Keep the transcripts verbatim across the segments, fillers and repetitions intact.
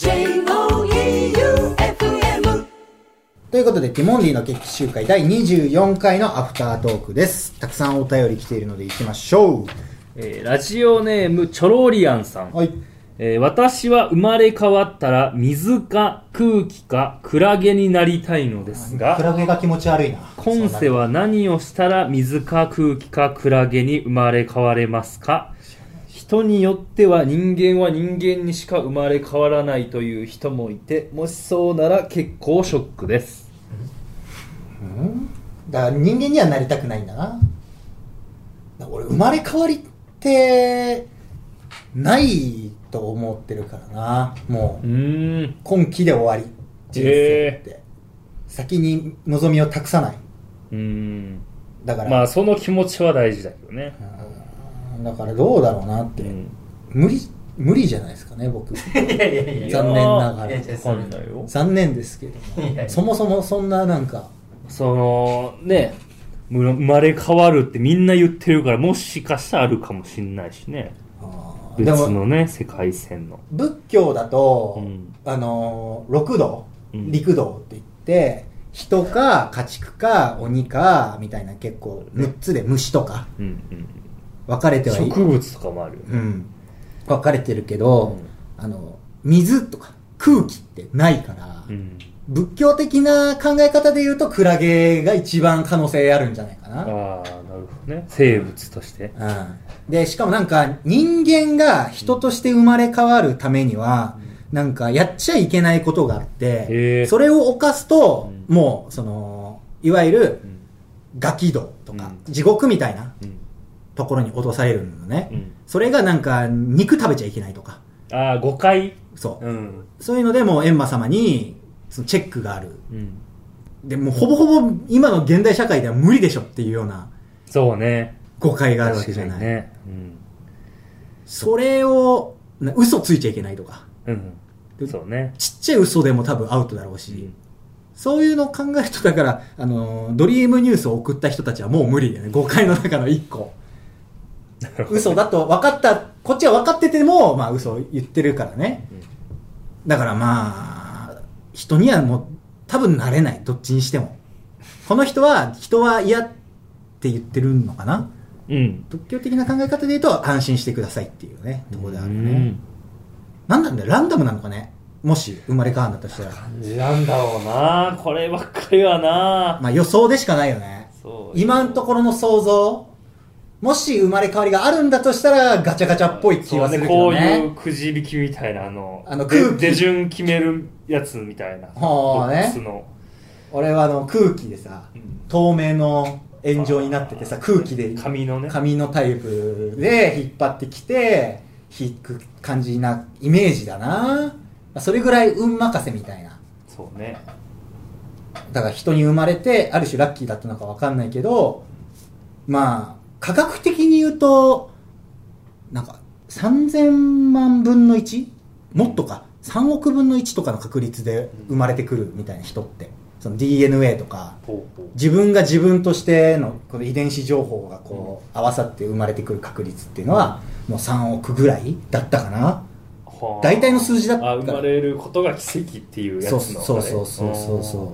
ジェイオーイーユーエフエム ということで、ティモンディの決起集会だいにじゅうよんかいのアフタートークです。たくさんお便り来ているので行きましょう。 えー、ラジオネームチョロリアンさん、 はい。 えー、私は生まれ変わったら水か空気かクラゲになりたいのですが、 クラゲが気持ち悪いな。 今世は何をしたら水か空気かクラゲに生まれ変われますか？人によっては人間は人間にしか生まれ変わらないという人もいて、もしそうなら結構ショックです。 うん、だから人間にはなりたくないんだな。だから俺生まれ変わりってないと思ってるからな。もう、うーん、今期で終わり人生って、えー、先に望みを託さない。 うーん、 だからまあその気持ちは大事だけどね。 だからどうだろうなって、うん、無理無理じゃないですかね僕。いやいやいや残念ながら。残念ですけども、いやいやそもそもそんななんかそのね、生まれ変わるってみんな言ってるから、もしかしたらあるかもしれないしね。あ、別のね世界線の仏教だと、うん、あの六道、うん、陸道って言って人か家畜か鬼かみたいな結構むっつで虫とか、うんうん、分かれてはいる。 植物とかもあるよね、うん、 分かれてるけど、うん、あの水とか空気ってないから、うん、仏教的な考え方で言うとクラゲが一番可能性あるんじゃないかな。 ああ、なるほどね、生物として、 うん、でしかもなんか人間が人として生まれ変わるためには、うん、なんかやっちゃいけないことがあって、それを犯すと、うん、もうそのいわゆるガキ道とか、うん、地獄みたいな、うん、ところに落とされるのね、うん、それがなんか肉食べちゃいけないとか、 ああ誤解、 そう、うん、そういうのでもう閻魔様にそのチェックがある、うん、でもうほぼほぼ今の現代社会では無理でしょっていうような、 そうね、 誤解があるわけじゃない、 ね、うん、 それを嘘ついちゃいけないとか、 うん、そうね、 ちっちゃい嘘でも多分アウトだろうし、うん、そういうのを考えると、だからあのドリームニュースを送った人たちはもう無理だよね。誤解の中の一個嘘だと分かった、こっちは分かっててもまあ嘘を言ってるからね、うん、だからまあ人にはもう多分なれない、どっちにしても。この人は人は嫌って言ってるのかな、うん、仏教的な考え方で言うと安心してくださいっていうねところであるね、うん、なんなんだよ、ランダムなのかね、もし生まれ変わるんだとしたら。 感じなんだろうな、こればっかりはな。 まあ予想でしかないよね。そう、今のところの想像、もし生まれ変わりがあるんだとしたらガチャガチャっぽい気はするけどね。 こういうくじ引きみたいな、あのあの空気手順決めるやつみたいな、 はあね、の俺はあの空気でさ、うん、透明の円状になっててさ、空気で紙のね、 紙のタイプで引っ張ってきて引く感じなイメージだな。それぐらい運任せみたいな。 そうね。 だから人に生まれてある種ラッキーだったのか分かんないけど、まあ科学的に言うとなんかさんぜんまんぶんのいち、もっとかさんおくぶんのいちとかの確率で生まれてくるみたいな人って、その ディーエヌエー とか自分が自分としてのこの遺伝子情報がこう合わさって生まれてくる確率っていうのはもうさんおくぐらいだったかな。大体の数字だったから。 あ、生まれることが奇跡っていうやつの、ね、 そうそうそうそうそうそう、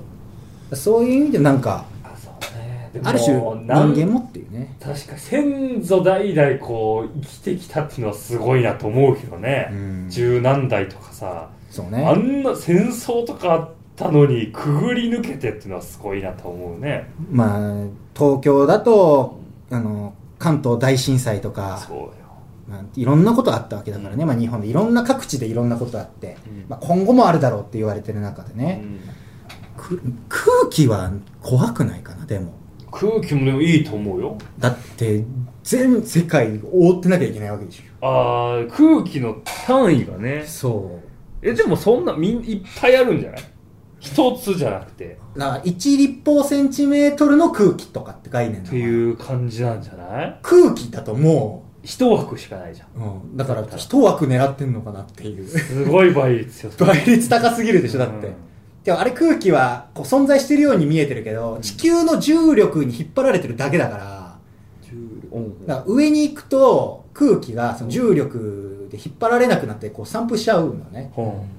そういう意味でなんか あ, そうね、でもある種人間もっていうね。 確か先祖代々こう生きてきたっていうのはすごいなと思うけどね、うん、十何代とかさ、 そうね、 あんな戦争とかあったのにくぐり抜けてっていうのはすごいなと思うね。 まあ東京だと、うん、あの関東大震災とか、 そうよ、 まあ、いろんなことがあったわけだからね、まあ、日本でいろんな各地でいろんなことがあって、うん、まあ、今後もあるだろうって言われてる中でね、うん、空気は怖くないかな。でも空気もでもいいと思うよ。 だって全世界を覆ってなきゃいけないわけでしょ。 ああ、空気の単位がね。 そう。 え、でもそんなみんいっぱいあるんじゃない？一つじゃなくて、 だからいち立方センチメートルの空気とかって概念っていう感じなんじゃない？ 空気だともう一枠しかないじゃん、 うん、だから一枠狙ってんのかなっていう。 すごい倍率よ。 倍率高すぎるでしょだって、うん、でもあれ空気はこう存在してるように見えてるけど、地球の重力に引っ張られてるだけだから、重力、うん、だから上に行くと空気がその重力で引っ張られなくなってこう散布しちゃうのね、うん、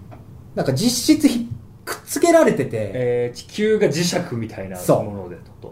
なんか実質ひくっつけられてて、 えー、地球が磁石みたいなものでってこと。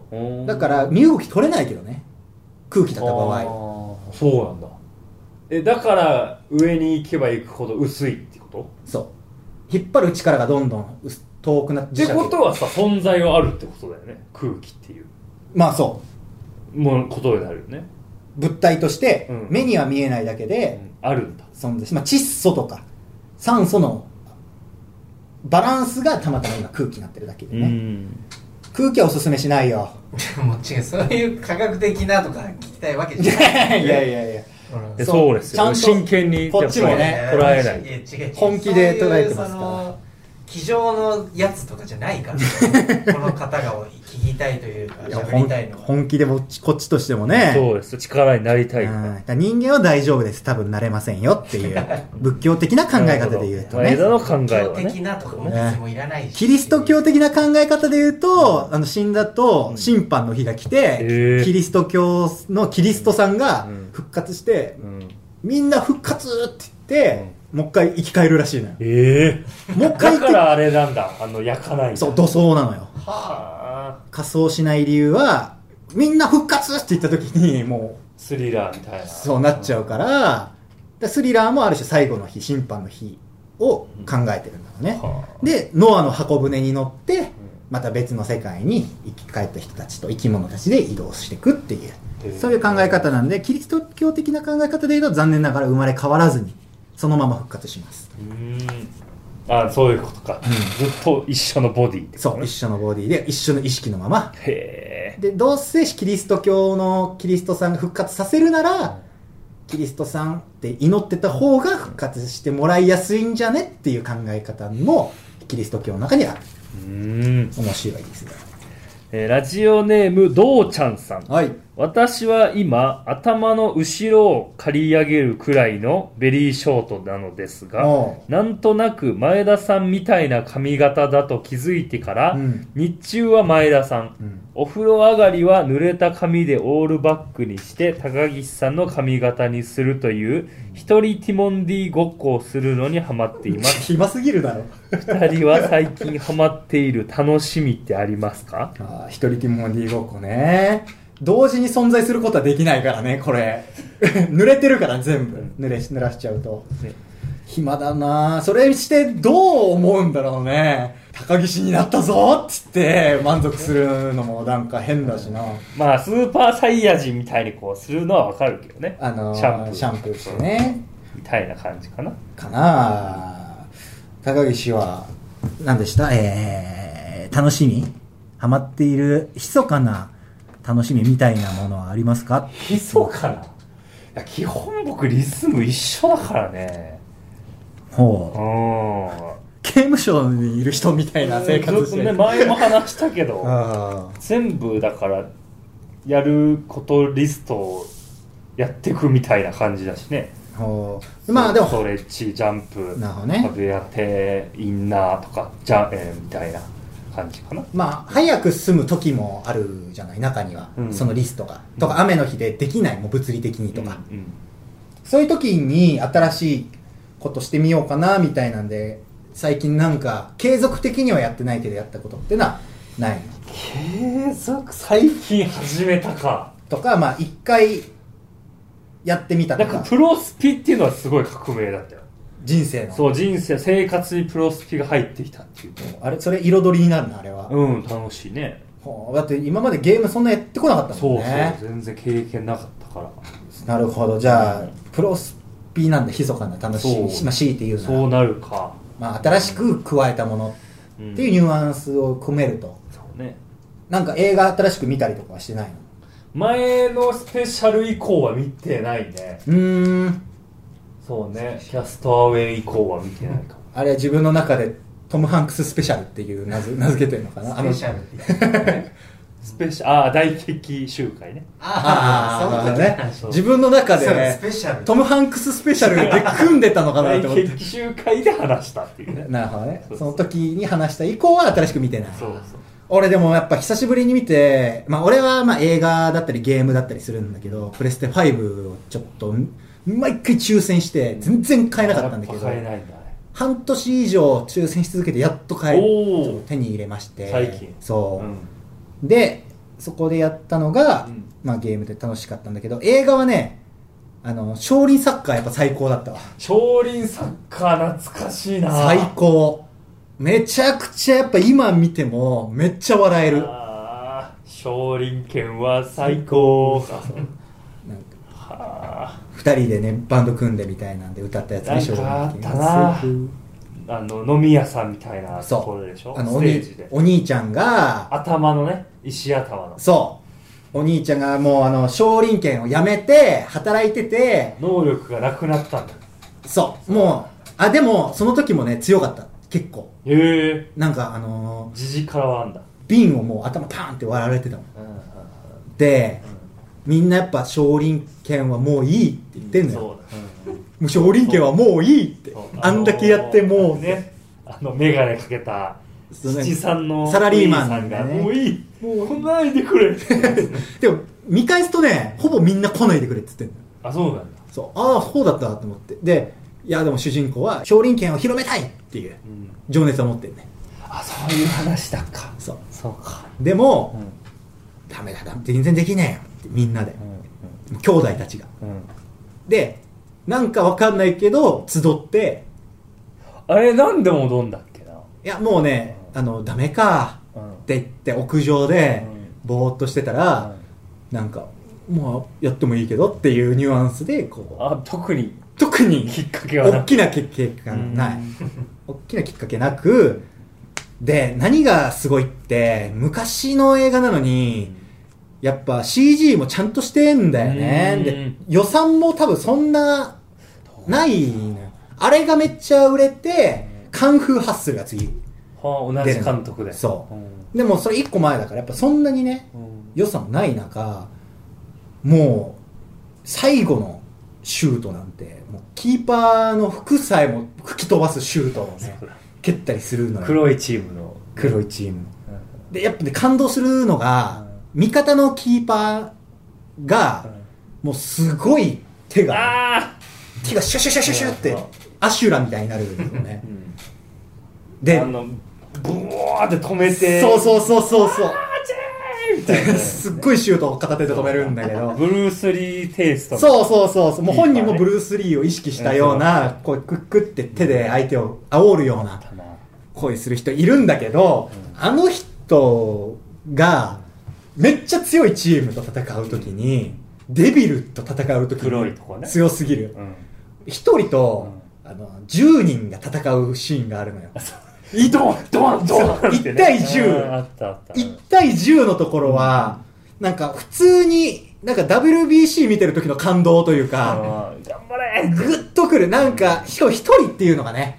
だから身動き取れないけどね、空気だった場合。 あそうなんだ。えだから上に行けば行くほど薄いってこと。 そう、引っ張る力がどんどん遠くなって、 ってことはさ、存在はあるってことだよね、空気っていう。 まあそうもうことになるよね。 物体としてうん目には見えないだけであるんだ。 存在し、まあ、窒素とか酸素のバランスがたまたま今空気になってるだけでね。 うん空気はおすすめしないよ。 もう違う、そういう科学的なとか聞きたいわけじゃない。 いやいやいや、 でそうですよ、 ちゃんと真剣にこっちもね捉えない。 いや違う違う、 本気で捉えてますから。 そういうその机上のやつとかじゃないからこの方が聞きたいというか喋りたいのは本気でこっち、こっちとしてもね。 そうです、力になりたい、 うん、だから人間は大丈夫です、多分なれませんよっていう仏教的な考え方で言うとね。 前田の考え仏教は的ね、 なとかも別にもいらないし、 キリスト教的な考え方で言うと、あの死んだと審判の日が来て、 へーキリスト教のキリストさんがうん復活して、 うん、 みんな復活って言って、もう一回生き返るらしいのよ。 ええもう一回生きだからあれなんだ、あの焼かないんだ。 そう、土葬なのよ。 はあ、 仮装しない理由は、みんな復活って言った時に、もスリラーみたいな。 う、そうなっちゃうから、でスリラーもある種最後の日、審判の日を考えてるんだろうね。 はあ、 で、ノアの箱舟に乗って、また別の世界に生き返った人たちと生き物たちで移動していくっていうへー、 そういう考え方なんで、キリスト教的な考え方で言うと残念ながら生まれ変わらずに、そのまま復活します。 うーん、あそういうことか、 うんずっと一緒のボディってことそう、一緒のボディで、一緒の意識のまま。 へえ。 で、どうせキリスト教のキリストさんが復活させるなら、キリストさんって祈ってた方が復活してもらいやすいんじゃねっていう考え方も、キリスト教の中にある。 うーん、 面白いですよ。 えーラジオネームどうちゃんさん。 はい。 私は今頭の後ろを刈り上げるくらいのベリーショートなのですが、 おうなんとなく前田さんみたいな髪型だと気づいてから、 うん日中は前田さん、 うんお風呂上がりは濡れた髪でオールバックにして高岸さんの髪型にするという一人ティモンディごっこをするのにハマっています暇すぎるだろ。 二人は最近ハマっている楽しみってありますか？ ああ、一人ティモンディごっこね。同時に存在することはできないからね、これ。濡れてるから全部。濡れ、濡らしちゃうと。 ね暇だなぁ。それしてどう思うんだろうね。高岸になったぞっつって満足するのもなんか変だしな。 まあスーパーサイヤ人みたいにこうするのはわかるけどね、 あのー、 シャンプーシャンプーしてね。 みたいな感じかな。 かなぁ。高岸は、何でしたえー、楽しみハマっている密かな楽しみみたいなものはありますか？ 密かな。いや基本僕リズム一緒だからね。 ほう。 うん。 刑務所にいる人みたいな生活してる。 ずっとね、前も話したけどあ全部だからやることリストをやっていくみたいな感じだしね。 あ。ほう。まあでも、 ストレッチ、ジャンプ、 なるほどね壁当て、インナーとかジャン、えーみたいな感じかな。 まあ、早く済む時もあるじゃない、中には。 うんそのリストが。とか、雨の日でできない、もう物理的にとか。 うんうんそういう時に新しいことしてみようかな、みたいなんで、最近なんか、継続的にはやってないけどやったことってのはないの。 継続最近始めたか。 とか、まあ、一回やってみたとか。 なんかプロスピっていうのはすごい革命だったよ。 人生の。 そう、人生、生活にプロスピが入ってきたっていうと。 あれ、それ彩りになるの、あれは。 うん、楽しいね。 ほうだって今までゲームそんなやってこなかったもそうそう、 んね。 全然経験なかったから。 なるほど。じゃあ、 うんプロスピなんだ、密かな楽しみ。 そうまあ、強いて言うなら。 そうなるか。 まあ、新しく加えたものうんっていうニュアンスを込めると、 そうね。 なんか映画新しく見たりとかはしてないの？ 前のスペシャル以降は見てないね。 うーん。 そうね。キャストアウェイ以降は見てないかも。 あれ自分の中でトム・ハンクススペシャルっていう名付名付けてるのかな？ スペシャルって言うねスペシャル、ああ、大劇集会ね。 ああ、 ああ、そういうねことね。 そう自分の中でそうねスペシャルトム・ハンクススペシャルで組んでたのかな大と思って劇集会で話したっていうね。 なるほどね。 そうその時に話した以降は新しく見てない。 そうそう。 俺でもやっぱ久しぶりに見て、まあ俺はまあ映画だったりゲームだったりするんだけど、プレステファイブをちょっと毎回抽選して全然買えなかったんだけど、 買えないんだね。 半年以上抽選し続けてやっと買え手に入れまして、 最近そう、 うん、 でそこでやったのが、 うん、 まあ、ゲームで楽しかったんだけど、映画はね、あの少林サッカーやっぱ最高だったわ。 少林サッカー懐かしいな。 最高。めちゃくちゃやっぱ今見てもめっちゃ笑える。 あ少林拳は最高。 なんかはふたりでねバンド組んでみたいなんで歌ったやつね。 なんかあったな。あの飲み屋さんみたいなところでしょ。 あのステージでお兄ちゃんが頭のね、石頭のそうお兄ちゃんがもうあの少林拳をやめて働いてて、 能力がなくなったんだ。 そうもうあでもその時もね強かった結構。 へえ。 なんかあのー、 ジジカラはあんだ。 瓶をもう頭パーンって割られてたもん、 うんうんうん、 で、うん、みんなやっぱ少林拳はもういいって言ってんのよ、 そうだ、うんうん、 もう少林拳はもういいってあんだけやってもうね、あのメガネかけた七三のサラリーマンさんが、 ね、 もういいもう来ないでくれでも見返すとねほぼみんな来ないでくれって言ってんのよ。 あ、そうなんだ。 そうああそうだったと思って、でいやでも主人公は少林拳を広めたいっていう情熱を持ってるね、 うん、あそういう話だか。 そうそうか。 でも、 うん、 ダメだ全然できねえよってみんなで、うんうん、兄弟たちが、うん、でなんかわかんないけど集ってあれなんで戻んだっけな。 いやもうね、うん、あのダメかって言って屋上でぼーっとしてたら、うん、なんかもうやってもいいけどっていうニュアンスでこうあ特に特にきっかけは大きなきっかけがない大きなきっかけなくで何がすごいって昔の映画なのにやっぱ シージー もちゃんとしてんだよね。で予算も多分そんなないのよ。あれがめっちゃ売れてカンフーハッスルが次はあ、同じ監督でそう、うん、でもそれいっこまえだからやっぱそんなにね、うん、予算もない中もう最後のシュートなんてもうキーパーの服さえも吹き飛ばすシュートをね蹴ったりするのよ。 黒いチームの黒いチーム、うん、でやっぱね感動するのが、うん、味方のキーパーが、うん、もうすごい手が、ね、手がシュシュシュシュシュってアシュラみたいになるよね、うん、であのブワーって止めてそうそうそうそうそうみたいなすっごいシュートを片手で止めるんだけどブルース・リーテイストそうそうそうそうもう本人もブルース・リーを意識したようなこうクックって手で相手を煽るような恋する人いるんだけど、うん、あの人がめっちゃ強いチームと戦うときに、うん、デビルと戦うときに強すぎる一、ね、人と、うん、あのじゅうにんが戦うシーンがあるのよいドンドンドンいち対じゅういち対じゅうのところは、うん、なんか普通になんか ダブリュービーシー 見てる時の感動というか頑張れグッとくるなんかしかも一人っていうのがね、うん、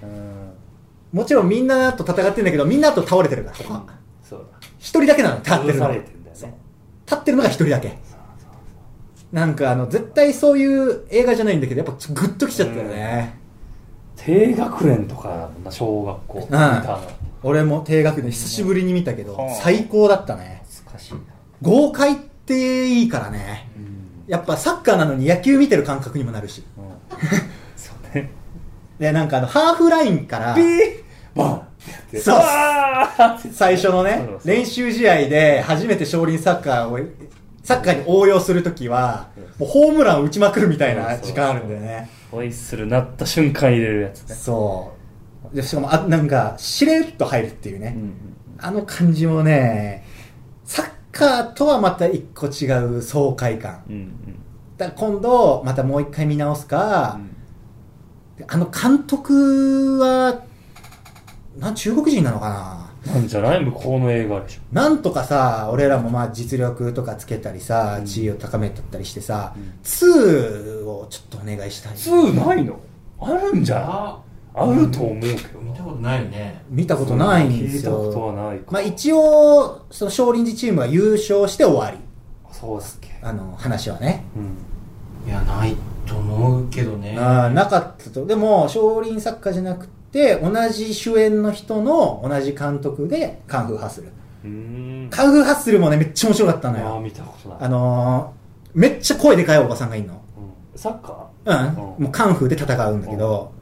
もちろんみんなと戦ってんだけどみんなと倒れてるから他、うん、そうだ一人だけなの立ってるの、ね、立ってるのが一人だけそうそうそうなんかあの絶対そういう映画じゃないんだけどやっぱグッときちゃったよね、うん低学年とかだもんな小学校、うん、見たの俺も低学年久しぶりに見たけど、うん、最高だったね。 難しいな豪快っていいからね、うん、やっぱサッカーなのに野球見てる感覚にもなるし、うん、そうねでなんかあのハーフラインからビーバンってそう最初のね練習試合で初めて少林サッカーをサッカーに応用するときはもうホームラン打ちまくるみたいな時間あるんだよね。 ホイッスル鳴った瞬間入れるやつね。 そうでしかもあなんかしれっと入るっていうね、うんうん、あの感じもねサッカーとはまた一個違う爽快感、うんうん、だから今度またもう一回見直すか、うん、あの監督はなん中国人なのかななんじゃない向こうの映画でしょ。 なんとかさ俺らもまあ実力とかつけたりさ、うん、地位を高めてったりしてさ、うん、ツーをちょっとお願いしたい。 ツーないの？あるんじゃあると思うけど、 うん、見たことないよね。 見たことないんですよ。 聞いたことはないか。 まあ一応その少林寺チームが優勝して終わり。 そうですっけ。 あの話はね、 うん、いやないと思うけどね。 あなかったと。でも少林サッカーじゃなくてで同じ主演の人の同じ監督でカンフーハッスル。うーんカンフーハッスルもねめっちゃ面白かったのよ。 あ見たことない。 あのー、めっちゃ声でかいおばさんがいるの、 うん、サッカーうん、うん、もうカンフーで戦うんだけど、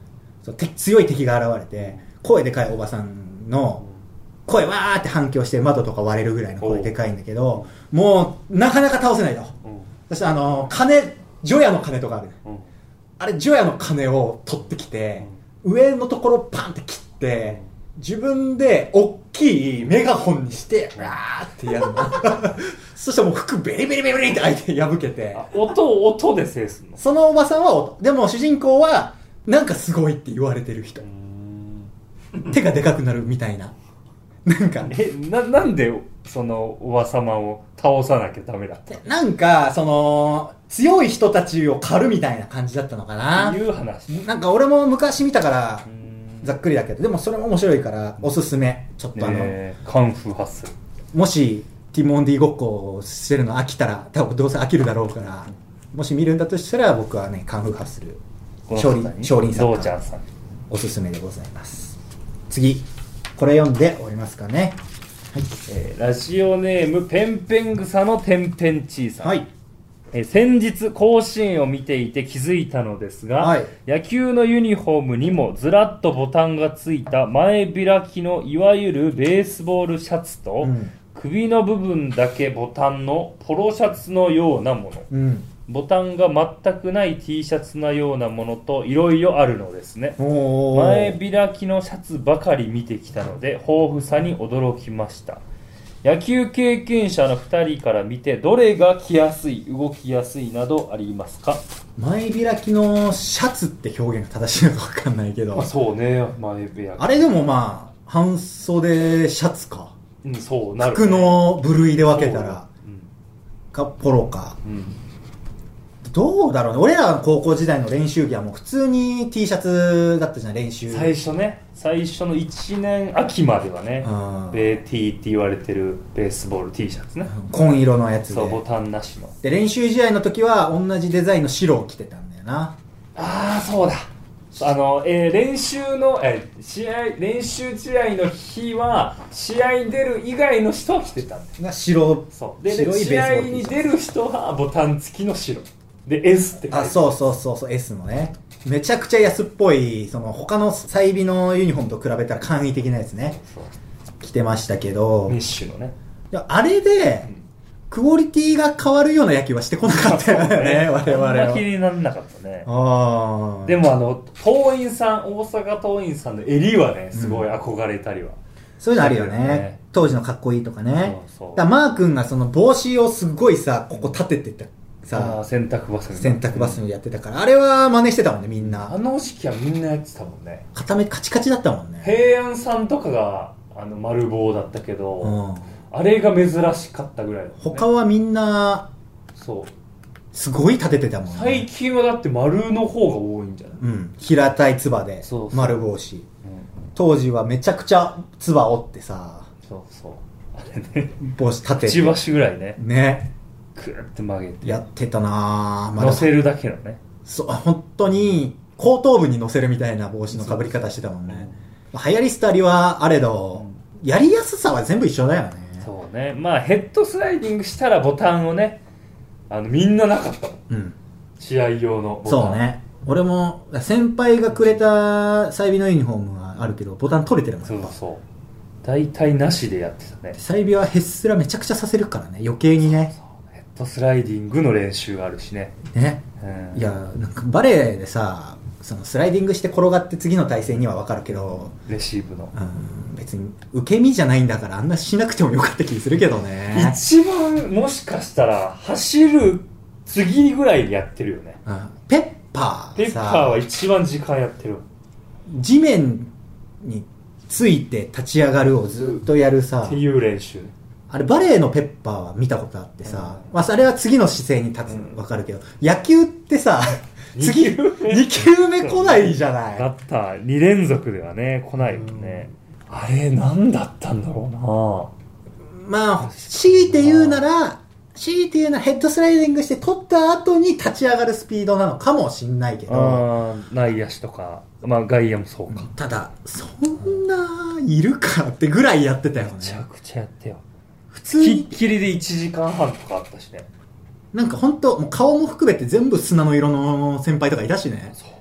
そうて強い敵が現れて声でかいおばさんの声わーって反響して窓とか割れるぐらいの声でかいんだけどもうなかなか倒せないと、うん、そしてあの鐘除夜の鐘とかある、うん、あれ除夜の鐘を取ってきて、うん、上のところをパンって切って自分で大きいメガホンにしてわーってやるのそしたらもう服ベリベリベリベリって開いて破けて音音で制すんの。 そのおばさんは音でも主人公はなんかすごいって言われてる人手がでかくなるみたいななんかえ な, なんでそのおばさまを倒さなきゃダメだったなんかその強い人たちを狩るみたいな感じだったのかないう話。 なんか俺も昔見たからざっくりだけどでもそれも面白いからおすすめ。ちょっとあの、 ね、カンフーハッスルもしティモンディごっこをしてるの飽きたら多分どうせ飽きるだろうからもし見るんだとしたら僕はねカンフーハッスル少林少林サッカーおすすめでございます。次これ読んで終わりますかね。はい、 えー、ラジオネームペンペン草のてんぺんちーさん、 はい、 えー、先日甲子園を見ていて気づいたのですが、はい、野球のユニフォームにもずらっとボタンがついた前開きのいわゆるベースボールシャツと、うん、首の部分だけボタンのポロシャツのようなもの、うん、ボタンが全くない T シャツのようなものといろいろあるのですね。前開きのシャツばかり見てきたので豊富さに驚きました。野球経験者のふたりから見てどれが着やすい動きやすいなどありますか。 前開きのシャツって表現が正しいのか分かんないけど、 まあ、そうね前開きあれでもまあ半袖シャツか、 うん、そうなる、ね、 服の部類で分けたら、うん、かポロか、うんどうだろうね。俺らの高校時代の練習着はもう普通に T シャツだったじゃん練習。 最初ね最初のいちねん秋まではね、うん、ベー T って言われてるベースボール T シャツね、 うん、紺色のやつでそうボタンなしので練習試合の時は同じデザインの白を着てたんだよな。 ああそうだあの、えー、練習の、えー、試合練習試合の日は試合に出る以外の人は着てたんだよが白そうで白いベースボール T シャツ試合に出る人はボタン付きの白で S って書いてある。 あそうそうそうそう S のねめちゃくちゃ安っぽいその他のサイビのユニフォームと比べたら簡易的なやつね着てましたけどメッシュのねいやあれで、うん、クオリティが変わるような野球はしてこなかったよねね我々はあんま気にならなかったね。あでもあの桐蔭さん大阪桐蔭さんの襟はねすごい憧れたりは、うん、 そういうのあるよね、ね当時のかっこいいとかね。そうそうだマー君がその帽子をすごいさここ立ててたさあ洗濯バス洗濯バスにやってたから、うん、あれは真似してたもんねみんな。 あの時期はみんなやってたもんね。 固めカチカチだったもんね。 平安さんとかがあの丸棒だったけど、うん、あれが珍しかったぐらいだ、ね、 他はみんなそうすごい立ててたもんね。 最近はだって丸の方が多いんじゃない。 うん平たいつばで丸帽子、うん、当時はめちゃくちゃつば折ってさそうそうあれね帽子立ててくちばしぐらいねねクーって曲げてやってたなぁ、 ま、乗せるだけのねそう本当に後頭部に乗せるみたいな帽子のかぶり方してたもんね。流行り廃りはあれど、うん、やりやすさは全部一緒だよね。 そうねまあヘッドスライディングしたらボタンをねあのみんななかったもん、うん、試合用のボタン。 そうね俺も先輩がくれたサイビのユニフォームはあるけどボタン取れてるもん。 そうそう大体なしでやってたね。 サイビはヘッスラめちゃくちゃさせるからね余計にね。そうそうヘッドスライディングの練習があるしね。 ね、うん、いやなんかバレーでさそのスライディングして転がって次の体勢には分かるけどレシーブの、 うん、別に受け身じゃないんだからあんなしなくてもよかった気するけどね。 一番もしかしたら走る次ぐらいやってるよね、 うん、ペッパーペッパーは一番時間やってる。 地面について立ち上がるをずっとやるさっていう練習。 あれバレーのペッパーは見たことあってさ、うんまあ、あれは次の姿勢に立つの分かるけど、うん、野球ってさ次に球目来ないじゃない。 だったに連続ではね来ないよね、うん、あれ何だったんだろうな。まあ強いて言うなら強いて言うならヘッドスライディングして取った後に立ち上がるスピードなのかもしんないけどあ内野手とか、まあ、外野もそうか。 ただそんないるかってぐらいやってたよね。 めちゃくちゃやってよ。普通にきっきりでいちじかんはんとかあったしね。 なんかほんともう顔も含めて全部砂の色の先輩とかいたしね。 そう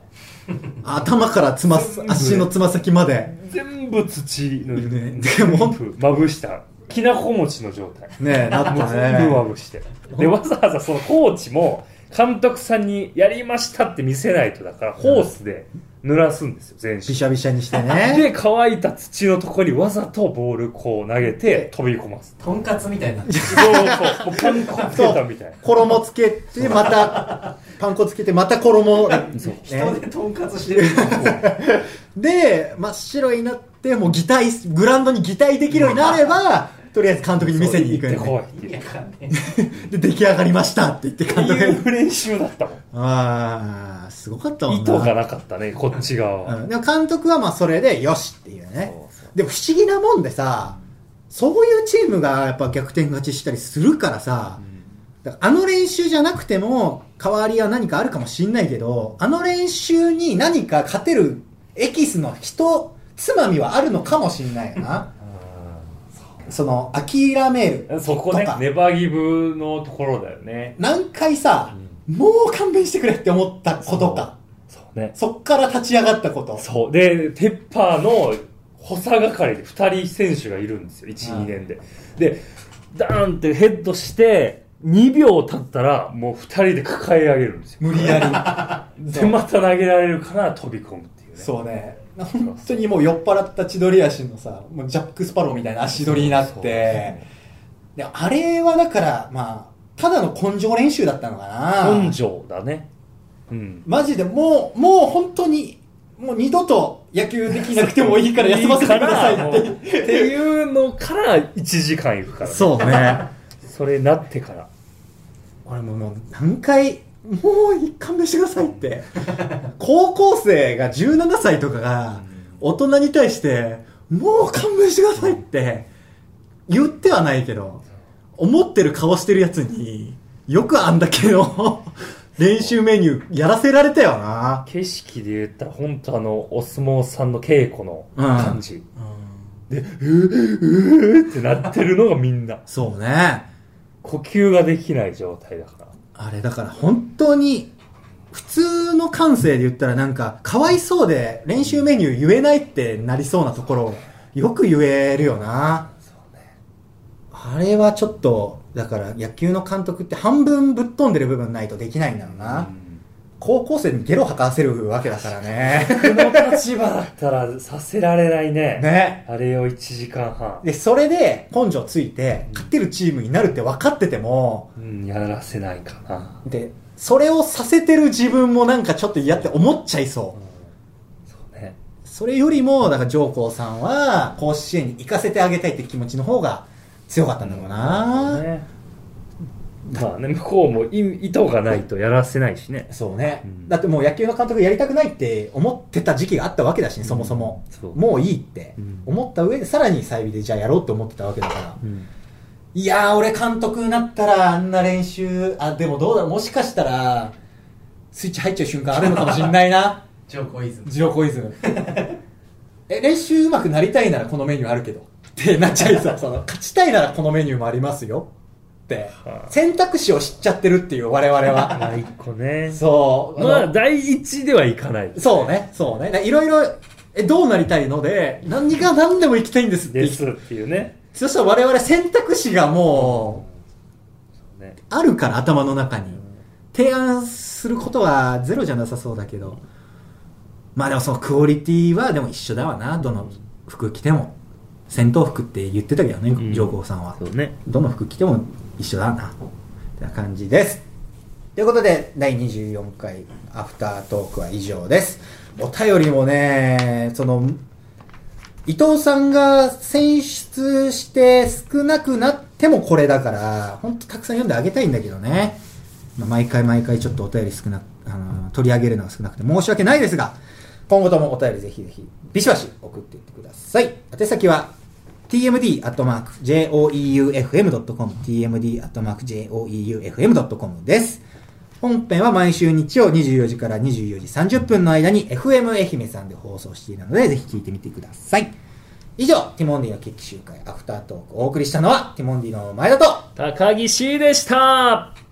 頭からつま足のつま先まで全部土の、 ね、でもまぶしたきなこ餅の状態ねえなったね全部まぶしてでわざわざそのコーチも監督さんにやりましたって見せないとだからホースで濡らすんですよ全身びしゃびしゃにしてねで乾いた土のところにわざとボールこう投げて飛び込ますとんかつみたいなそうそうパン粉つけたみたいな衣つけてまたパン粉つけてまた衣そう、ね、人でとんかつしてるで真っ白になってもう擬態グラウンドに擬態できるようになればとりあえず監督に見せに行くんで、ね、で出来上がりましたって言って監督に練習だったもんああすごかったもんな意図がなかったねこっち側は、 うん、でも監督はまあそれでよしっていうねそうそうでも不思議なもんでさそういうチームがやっぱ逆転勝ちしたりするからさ、うん、だからあの練習じゃなくても代わりは何かあるかもしんないけどあの練習に何か勝てるエキスの人つまみはあるのかもしんないよなその諦めるそこねネバーギブのところだよね何回さ、うん、もう勘弁してくれって思ったことかそう、そうね、 そっから立ち上がったことそうでテッパーの補佐係でふたり選手がいるんですよ いち,に 年ででダーンってヘッドしてにびょう経ったらもうふたりで抱え上げるんですよ無理やりでまた投げられるから飛び込むっていうねそうね本当にもう酔っ払った千鳥足のさもうジャック・スパローみたいな足取りになってであれはだからまあただの根性練習だったのかな根性だね、うん、 マジでもうもう本当にもう二度と野球できなくてもいいから休ませてくださいってっていうのからいちじかんいくから、ね、 そうねそれなってから俺ももう何回もう勘弁してくださいって高校生がじゅうななさいとかが大人に対してもう勘弁してくださいって言ってはないけど思ってる顔してるやつによくあんだけの練習メニューやらせられたよな景色で言ったら本当あのお相撲さんの稽古の感じ、うんうん、でうーうーってなってるのがみんなそうね呼吸ができない状態だからあれだから本当に普通の感性で言ったらなんかかわいそうで練習メニュー言えないってなりそうなところをよく言えるよなそうねあれはちょっとだから野球の監督って半分ぶっ飛んでる部分ないとできないんだろうな、うん、高校生にゲロ吐かせるわけだからねこの立場だったらさせられないねねあれをいちじかんはんでそれで根性ついて勝てるチームになるって分かってても、 うん、やらせないかなでそれをさせてる自分もなんかちょっと嫌って思っちゃいそう、うん、そうねそれよりもだから上皇さんは甲子園に行かせてあげたいって気持ちの方が強かったんだろうな、うんねまあね、向こうも意図がないとやらせないしねそうね、うん、だってもう野球の監督やりたくないって思ってた時期があったわけだしね、うん、そもそもそもういいって思った上でさらに再ビでじゃあやろうって思ってたわけだから、うん、いやー俺監督になったらあんな練習あでもどうだろうもしかしたらスイッチ入っちゃう瞬間あるのかもしれないなジョーコイズムジョーコイズムえ練習上手くなりたいならこのメニューあるけどってなっちゃいそうその勝ちたいならこのメニューもありますよって選択肢を知っちゃってるっていう我々は第一個ねそうまあ第一ではいかないそうねそうねいろいろえどうなりたいので何が何でも行きたいんですってですっていうねそしたら我々選択肢がもう、ね、あるから頭の中に提案することはゼロじゃなさそうだけどまあでもそのクオリティはでも一緒だわなどの服着ても戦闘服って言ってたけどね、うん、上皇さんはそう、ね、どの服着ても一緒だなってな感じですということでだいにじゅうよんかいアフタートークは以上です。お便りもねその伊藤さんが選出して少なくなってもこれだから本当たくさん読んであげたいんだけどね、まあ、毎回毎回ちょっとお便り少なあの取り上げるのが少なくて申し訳ないですが今後ともお便りぜひぜひビシバシ送っていってください。宛先は ティーエムディー アットマーク ジェイオーイーユーエフエム ドットコム ティーエムディー アットマーク ジェイオーイーユーエフエム ドットコム です。本編は毎週日曜にじゅうよじからにじゅうよじさんじゅっぷんの間に エフエム 愛媛さんで放送しているのでぜひ聞いてみてください。以上ティモンディの決起集会アフタートークをお送りしたのはティモンディの前田と高岸でした。